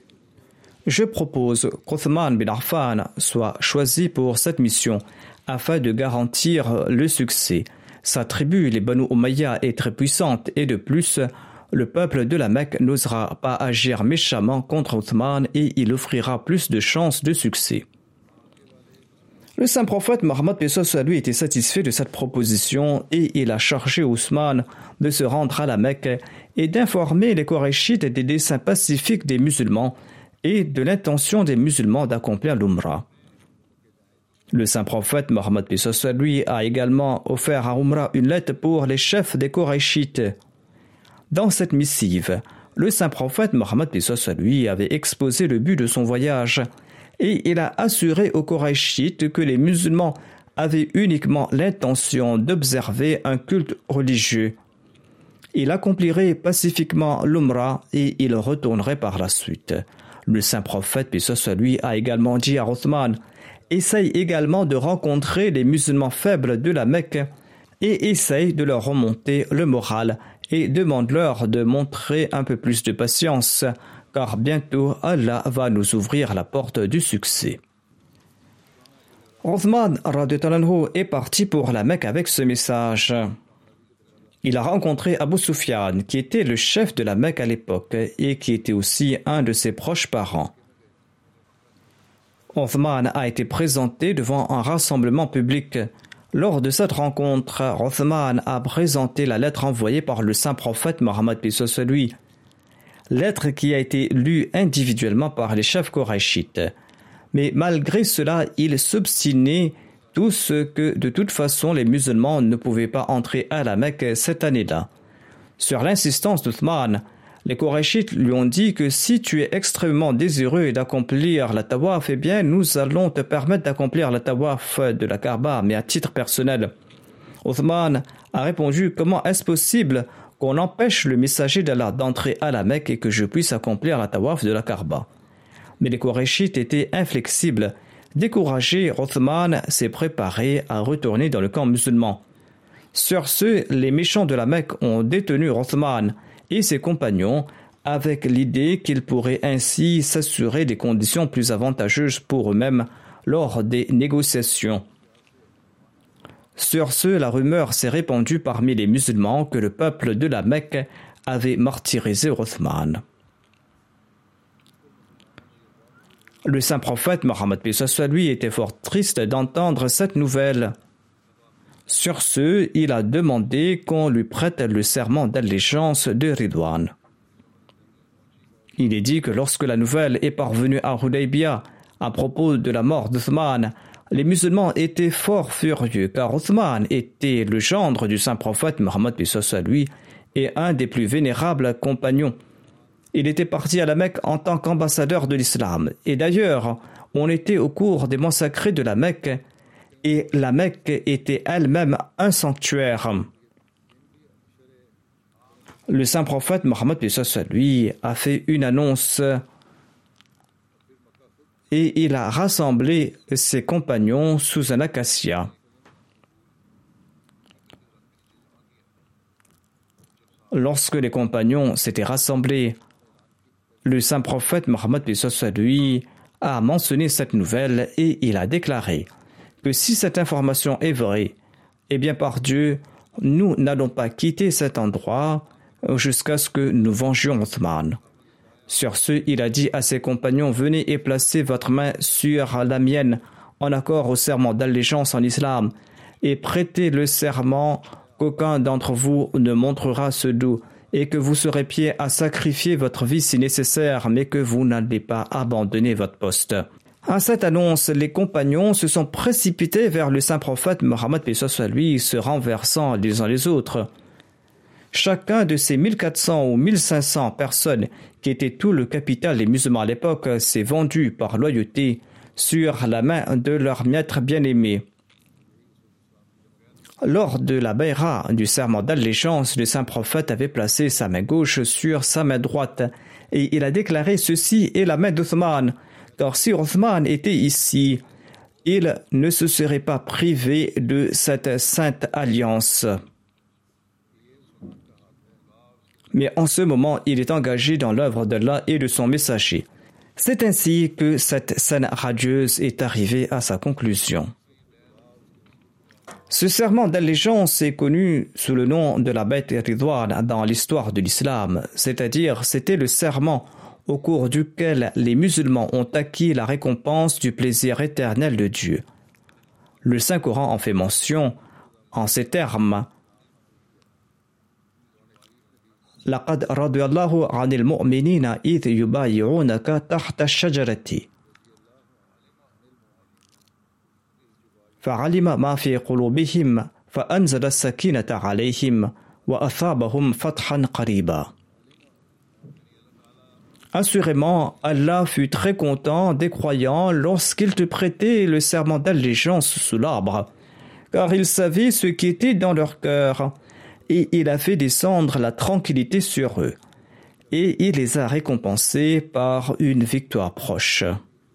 Je propose qu'Othman bin Affan soit choisi pour cette mission afin de garantir le succès. Sa tribu, les Banu Umayya, est très puissante et de plus, le peuple de la Mecque n'osera pas agir méchamment contre Othman et il offrira plus de chances de succès. Le saint prophète Mohammed paix soit lui était satisfait de cette proposition et il a chargé Ousmane de se rendre à la Mecque et d'informer les Korachites des desseins pacifiques des musulmans et de l'intention des musulmans d'accomplir l'Umrah. Le saint prophète Mohammed paix soit lui a également offert à Umrah une lettre pour les chefs des Korachites. Dans cette missive, le saint prophète Mohammed paix soit lui avait exposé le but de son voyage et il a assuré aux Korachites que les musulmans avaient uniquement l'intention d'observer un culte religieux. Il accomplirait pacifiquement l'Umrah et il retournerait par la suite. Le saint prophète paix soit lui a également dit à Othman: essaye également de rencontrer les musulmans faibles de la Mecque et essaye de leur remonter le moral et demande-leur de montrer un peu plus de patience, car bientôt Allah va nous ouvrir la porte du succès. Othman est parti pour la Mecque avec ce message. Il a rencontré Abu Sufyan, qui était le chef de la Mecque à l'époque et qui était aussi un de ses proches parents. Othman a été présenté devant un rassemblement public. Lors de cette rencontre, Othman a présenté la lettre envoyée par le saint prophète Mohammed paix soit lui, lettre qui a été lue individuellement par les chefs Korachites. Mais malgré cela, il s'obstinait tous que de toute façon les musulmans ne pouvaient pas entrer à la Mecque cette année-là. Sur l'insistance d'Othman, les Korachites lui ont dit que si tu es extrêmement désireux d'accomplir la tawaf, eh bien nous allons te permettre d'accomplir la tawaf de la Kaaba, mais à titre personnel. Othman a répondu: comment est-ce possible qu'on empêche le messager d'Allah d'entrer à la Mecque et que je puisse accomplir la tawaf de la Kaaba? Mais les Korachites étaient inflexibles. Découragé, Othman s'est préparé à retourner dans le camp musulman. Sur ce, les méchants de la Mecque ont détenu Othman et ses compagnons avec l'idée qu'ils pourraient ainsi s'assurer des conditions plus avantageuses pour eux-mêmes lors des négociations. Sur ce, la rumeur s'est répandue parmi les musulmans que le peuple de la Mecque avait martyrisé Uthman. Le saint prophète Mohammed paix soit lui était fort triste d'entendre cette nouvelle. Sur ce, il a demandé qu'on lui prête le serment d'allégeance de Ridwan. Il est dit que lorsque la nouvelle est parvenue à Hudaybiyah à propos de la mort d'Uthman, les musulmans étaient fort furieux car Uthman était le gendre du saint prophète Mohammed paix soit lui et un des plus vénérables compagnons. Il était parti à la Mecque en tant qu'ambassadeur de l'islam. Et d'ailleurs, on était au cours des mois sacrés de la Mecque, et la Mecque était elle-même un sanctuaire. Le saint prophète Mohammed paix soit lui a fait une annonce et il a rassemblé ses compagnons sous un acacia. Lorsque les compagnons s'étaient rassemblés, le saint prophète Mohammed paix soit lui a mentionné cette nouvelle et il a déclaré que si cette information est vraie, eh bien par Dieu, nous n'allons pas quitter cet endroit jusqu'à ce que nous vengions Uthman. Sur ce, il a dit à ses compagnons, venez et placez votre main sur la mienne en accord au serment d'allégeance en islam et prêtez le serment qu'aucun d'entre vous ne montrera ce dos et que vous serez prêts à sacrifier votre vie si nécessaire, mais que vous n'allez pas abandonner votre poste. À cette annonce, les compagnons se sont précipités vers le saint prophète Mohammed paix soit lui, se renversant les uns les autres. Chacun de ces mille quatre cents ou mille cinq cents personnes qui étaient tout le capital des musulmans à l'époque s'est vendu par loyauté sur la main de leur maître bien-aimé. Lors de la bayra du serment d'allégeance, le saint prophète avait placé sa main gauche sur sa main droite et il a déclaré ceci est la main d'Uthman, car si Uthman était ici, il ne se serait pas privé de cette sainte alliance. Mais en ce moment, il est engagé dans l'œuvre d'Allah et de son messager. C'est ainsi que cette scène radieuse est arrivée à sa conclusion. Ce serment d'allégeance est connu sous le nom de la Bayt Ridwan dans l'histoire de l'islam, c'est-à-dire c'était le serment au cours duquel les musulmans ont acquis la récompense du plaisir éternel de Dieu. Le Saint-Coran en fait mention en ces termes. لقد رضي الله عن المؤمنين إذ يبايعونك تحت الشجرة فعلم ما في قلوبهم فأنزل السكينة عليهم وأثابهم فتحا قريبا. Assurément, Allah fut très content des croyants lorsqu'ils te prêtaient le serment d'allégeance sous l'arbre, car il savait ce qui était dans leur cœur, et il a fait descendre la tranquillité sur eux, et il les a récompensés par une victoire proche.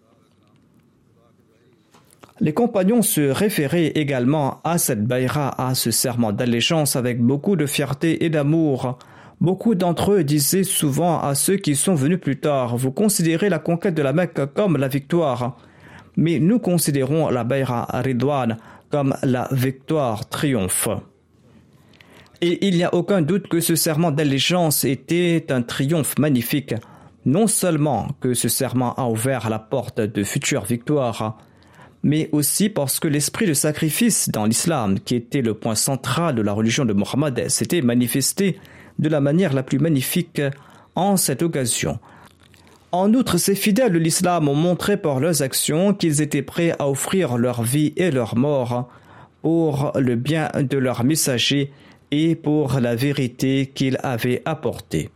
Les compagnons se référaient également à cette bayra, à ce serment d'allégeance avec beaucoup de fierté et d'amour. Beaucoup d'entre eux disaient souvent à ceux qui sont venus plus tard, vous considérez la conquête de la Mecque comme la victoire, mais nous considérons la bayra Ridwan comme la victoire triomphe. Et il n'y a aucun doute que ce serment d'allégeance était un triomphe magnifique. Non seulement que ce serment a ouvert la porte de futures victoires, mais aussi parce que l'esprit de sacrifice dans l'islam, qui était le point central de la religion de Mohammed, s'était manifesté de la manière la plus magnifique en cette occasion. En outre, ces fidèles de l'islam ont montré par leurs actions qu'ils étaient prêts à offrir leur vie et leur mort pour le bien de leur messager et pour la vérité qu'il avait apportée.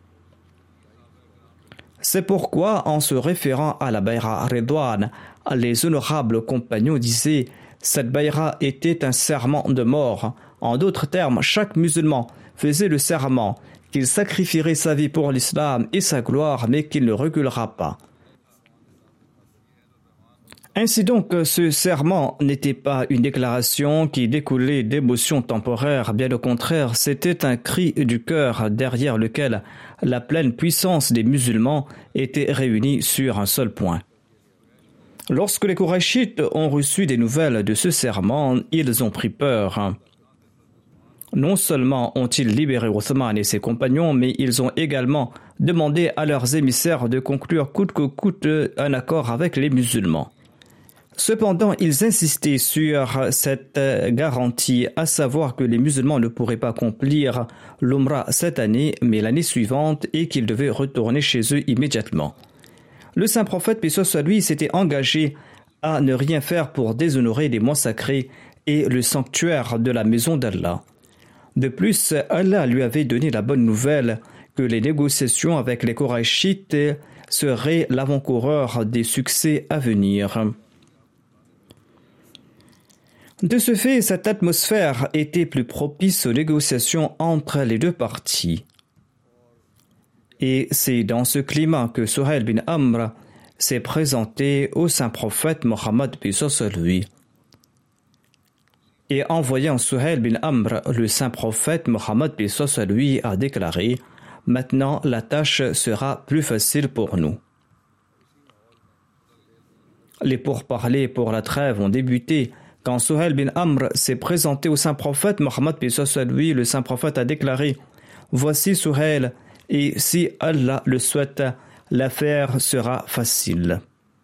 C'est pourquoi, en se référant à la bayra Ridwan, les honorables compagnons disaient « Cette bayra était un serment de mort ». En d'autres termes, chaque musulman faisait le serment qu'il sacrifierait sa vie pour l'islam et sa gloire, mais qu'il ne reculera pas. Ainsi donc, ce serment n'était pas une déclaration qui découlait d'émotions temporaires, bien au contraire, c'était un cri du cœur derrière lequel la pleine puissance des musulmans était réunie sur un seul point. Lorsque les Qurayshites ont reçu des nouvelles de ce serment, ils ont pris peur. Non seulement ont-ils libéré Othman et ses compagnons, mais ils ont également demandé à leurs émissaires de conclure coûte que coûte un accord avec les musulmans. Cependant, ils insistaient sur cette garantie, à savoir que les musulmans ne pourraient pas accomplir l'Umrah cette année, mais l'année suivante, et qu'ils devaient retourner chez eux immédiatement. Le saint prophète, paix soit lui, s'était engagé à ne rien faire pour déshonorer les mois sacrés et le sanctuaire de la maison d'Allah. De plus, Allah lui avait donné la bonne nouvelle que les négociations avec les Qurayshites seraient l'avant-coureur des succès à venir. De ce fait, cette atmosphère était plus propice aux négociations entre les deux parties. Et c'est dans ce climat que Suhail bin Amr s'est présenté au saint prophète Mohammed paix soit lui. Et en voyant Suhail bin Amr, le saint prophète Mohammed paix soit lui a déclaré « Maintenant la tâche sera plus facile pour nous ». Les pourparlers pour la trêve ont débuté. Quand Suhail bin Amr s'est présenté au saint prophète Mohammed paix soit lui, le saint prophète a déclaré « Voici Suhail, et si Allah le souhaite, l'affaire sera facile. »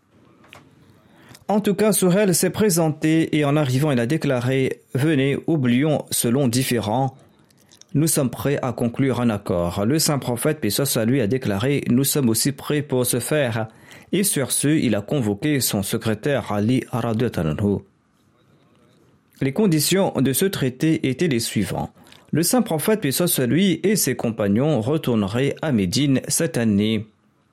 En tout cas, Suhail s'est présenté et en arrivant, il a déclaré « Venez, oublions ce long différend. Nous sommes prêts à conclure un accord. » Le saint prophète paix soit lui a déclaré « Nous sommes aussi prêts pour ce faire. » Et sur ce, il a convoqué son secrétaire Ali radhiyallahu anhu. Les conditions de ce traité étaient les suivantes. Le saint prophète, paix soit lui, et ses compagnons retourneraient à Médine cette année.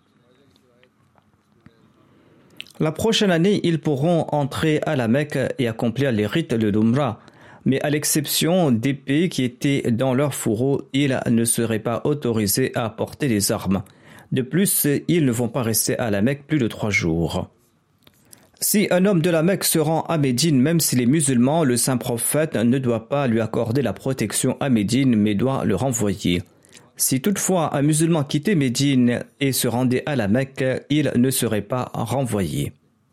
La prochaine année, ils pourront entrer à la Mecque et accomplir les rites de l'Umrah. Mais à l'exception d'épées qui étaient dans leur fourreau, ils ne seraient pas autorisés à porter des armes. De plus, ils ne vont pas rester à la Mecque plus de trois jours. Si un homme de la Mecque se rend à Médine, même s'il est musulman, le saint prophète ne doit pas lui accorder la protection à Médine, mais doit le renvoyer. Si toutefois un musulman quittait Médine et se rendait à la Mecque, il ne serait pas renvoyé.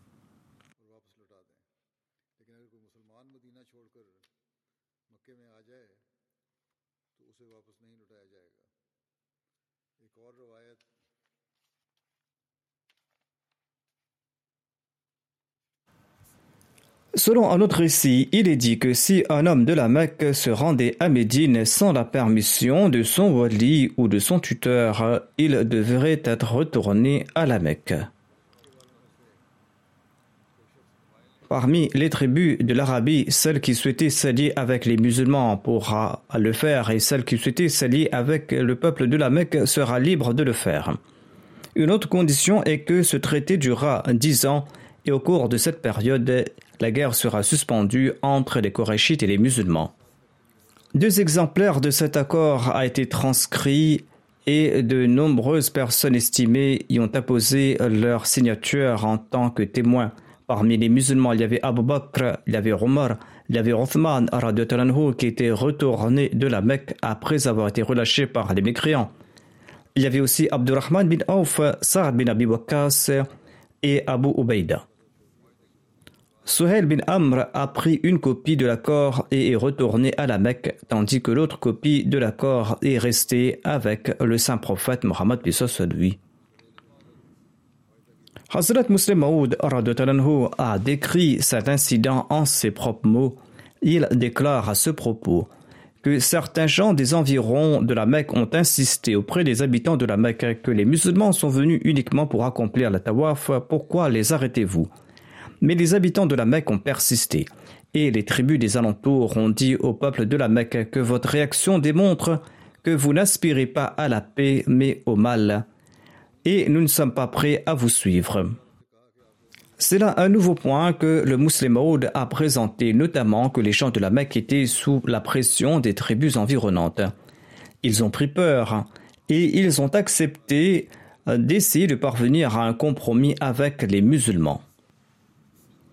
Selon un autre récit, il est dit que si un homme de la Mecque se rendait à Médine sans la permission de son wali ou de son tuteur, il devrait être retourné à la Mecque. Parmi les tribus de l'Arabie, celle qui souhaitait s'allier avec les musulmans pourra le faire et celle qui souhaitait s'allier avec le peuple de la Mecque sera libre de le faire. Une autre condition est que ce traité durera dix ans et au cours de cette période, la guerre sera suspendue entre les Qurayshites et les musulmans. Deux exemplaires de cet accord a été transcrits et de nombreuses personnes estimées y ont apposé leur signature en tant que témoins. Parmi les musulmans, il y avait Abu Bakr, il y avait Omar, il y avait Othman radhiyallahu anhu qui était retourné de la Mecque après avoir été relâché par les mécréants. Il y avait aussi Abdurrahman bin Auf, Sa'd bin Abi Waqqas et Abu Ubaïda. Suhail bin Amr a pris une copie de l'accord et est retourné à la Mecque, tandis que l'autre copie de l'accord est restée avec le saint prophète Mohammed paix soit lui. Hazrat Muslim Maud radhiyallahu anhu a décrit cet incident en ses propres mots. Il déclare à ce propos que certains gens des environs de la Mecque ont insisté auprès des habitants de la Mecque que les musulmans sont venus uniquement pour accomplir la tawaf, pourquoi les arrêtez-vous? Mais les habitants de la Mecque ont persisté, et les tribus des alentours ont dit au peuple de la Mecque que votre réaction démontre que vous n'aspirez pas à la paix mais au mal, et nous ne sommes pas prêts à vous suivre. C'est là un nouveau point que le Muslim Maud a présenté, notamment que les gens de la Mecque étaient sous la pression des tribus environnantes. Ils ont pris peur, et ils ont accepté d'essayer de parvenir à un compromis avec les musulmans.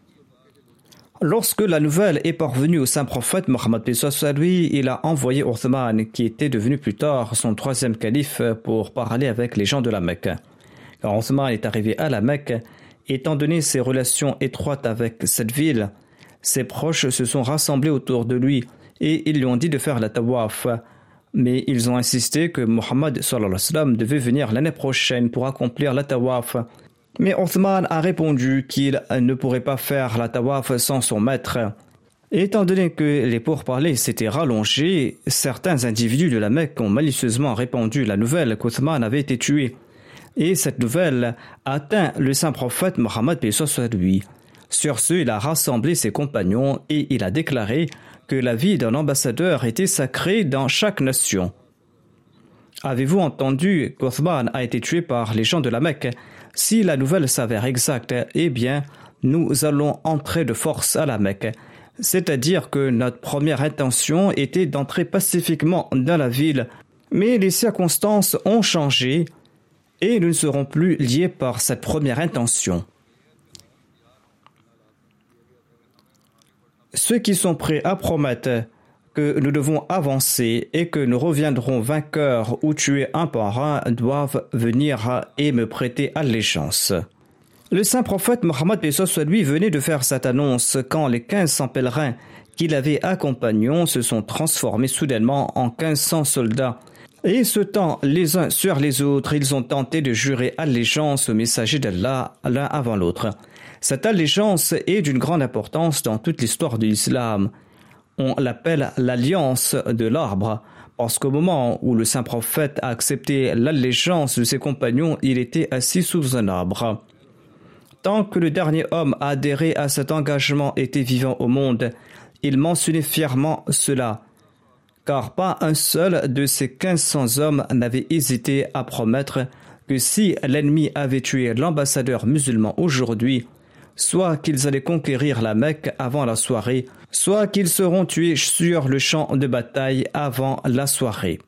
Lorsque la nouvelle est parvenue au saint prophète Mohammed paix soit sur lui, il a envoyé Uthman, qui était devenu plus tard son troisième calife, pour parler avec les gens de la Mecque. Quand Uthman est arrivé à la Mecque, étant donné ses relations étroites avec cette ville, ses proches se sont rassemblés autour de lui et ils lui ont dit de faire la tawaf. Mais ils ont insisté que Mohammed sallallahu alayhi wa sallam devait venir l'année prochaine pour accomplir la tawaf. Mais Uthman a répondu qu'il ne pourrait pas faire la tawaf sans son maître. Étant donné que les pourparlers s'étaient rallongés, certains individus de la Mecque ont malicieusement répandu la nouvelle qu'Uthman avait été tué. Et cette nouvelle atteint le saint prophète Mohammed paix soit sur lui. Sur ce, il a rassemblé ses compagnons et il a déclaré que la vie d'un ambassadeur était sacrée dans chaque nation. Avez-vous entendu qu'Uthman a été tué par les gens de la Mecque? Si la nouvelle s'avère exacte, eh bien, nous allons entrer de force à la Mecque. C'est-à-dire que notre première intention était d'entrer pacifiquement dans la ville, mais les circonstances ont changé et nous ne serons plus liés par cette première intention. Ceux qui sont prêts à promettre que nous devons avancer et que nous reviendrons vainqueurs ou tués un par un doivent venir et me prêter allégeance. Le saint prophète Mohammed paix soit sur lui venait de faire cette annonce quand les quinze cents pèlerins qu'il avait accompagnés se sont transformés soudainement en quinze cents soldats. Et se tend les uns sur les autres, ils ont tenté de jurer allégeance au messager d'Allah l'un avant l'autre. Cette allégeance est d'une grande importance dans toute l'histoire de l'islam. On l'appelle l'alliance de l'arbre, parce qu'au moment où le saint prophète a accepté l'allégeance de ses compagnons, il était assis sous un arbre. Tant que le dernier homme à adhérer à cet engagement était vivant au monde, il mentionnait fièrement cela, car pas un seul de ces quinze cents hommes n'avait hésité à promettre que si l'ennemi avait tué l'ambassadeur musulman aujourd'hui, soit qu'ils allaient conquérir la Mecque avant la soirée, soit qu'ils seront tués sur le champ de bataille avant la soirée.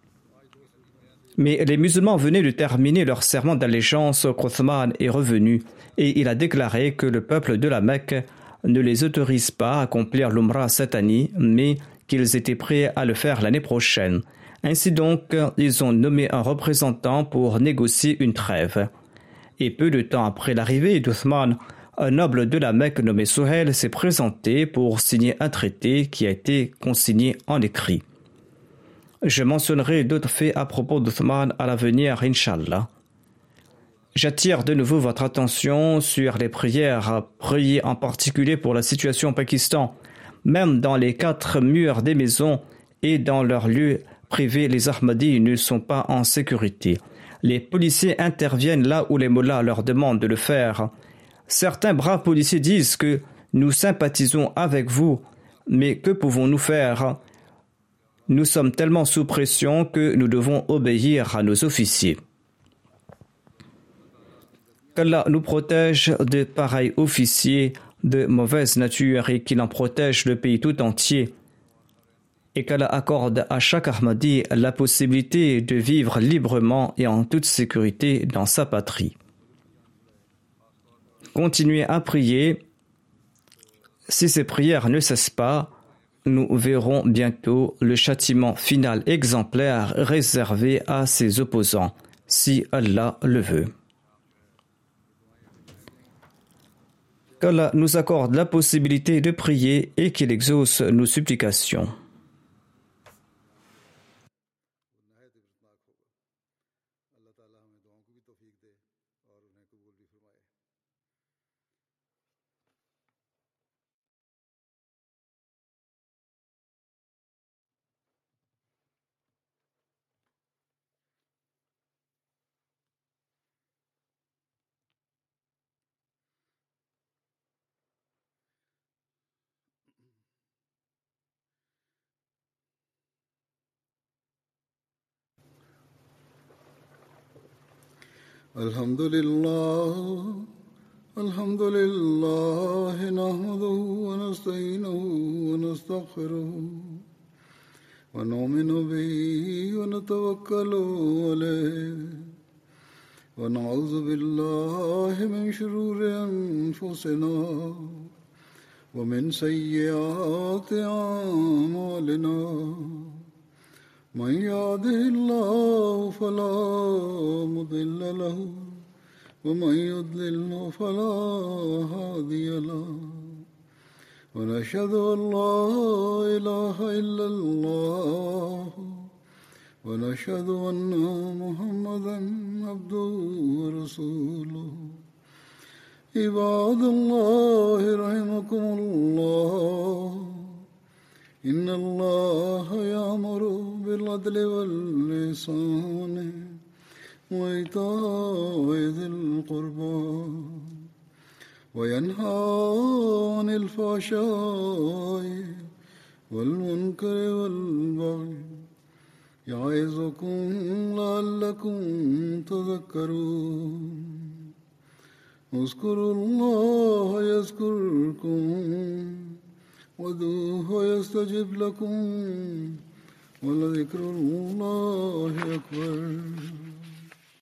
Mais les musulmans venaient de terminer leur serment d'allégeance qu'Uthman est revenu et il a déclaré que le peuple de la Mecque ne les autorise pas à accomplir l'Umrah cette année, mais qu'ils étaient prêts à le faire l'année prochaine. Ainsi donc, ils ont nommé un représentant pour négocier une trêve. Et peu de temps après l'arrivée d'Uthman, un noble de la Mecque nommé Suhail s'est présenté pour signer un traité qui a été consigné en écrit. Je mentionnerai d'autres faits à propos d'Uthman à l'avenir, Inch'Allah. J'attire de nouveau votre attention sur les prières, priez en particulier pour la situation au Pakistan. Même dans les quatre murs des maisons et dans leurs lieux privés, les Ahmadis ne sont pas en sécurité. Les policiers interviennent là où les mollahs leur demandent de le faire. Certains braves policiers disent que nous sympathisons avec vous, mais que pouvons-nous faire? Nous sommes tellement sous pression que nous devons obéir à nos officiers. Qu'Allah nous protège de pareils officiers de mauvaise nature et qu'il en protège le pays tout entier. Et qu'Allah accorde à chaque Ahmadi la possibilité de vivre librement et en toute sécurité dans sa patrie. Continuez à prier. Si ces prières ne cessent pas, nous verrons bientôt le châtiment final exemplaire réservé à ses opposants, si Allah le veut. Qu'Allah nous accorde la possibilité de prier et qu'il exauce nos supplications. Alhamdulillah, alhamdulillah, nahmaduhu wa nasta'inuhu wa nastaghfiruh wa nu'minu bihi wa natawakkalu alayhi wa na'udhu billahi min shururi anfusina ومن سيئات أعمالنا من يهده الله فلا مضل له ومن يضلل فلا هادي له ونشهد أن لا إله إلا الله ونشهد أن محمدا عبده ورسوله عباد الله رحمكم الله إن الله يأمر بالعدل والإحسان وإيتاء ذي القربى وينهى عن الفحشاء والمنكر والبغي يعظكم لعلكم تذكرون اذكروا الله يذكركم وادعوه يستجب لكم ولذكر الله أكبر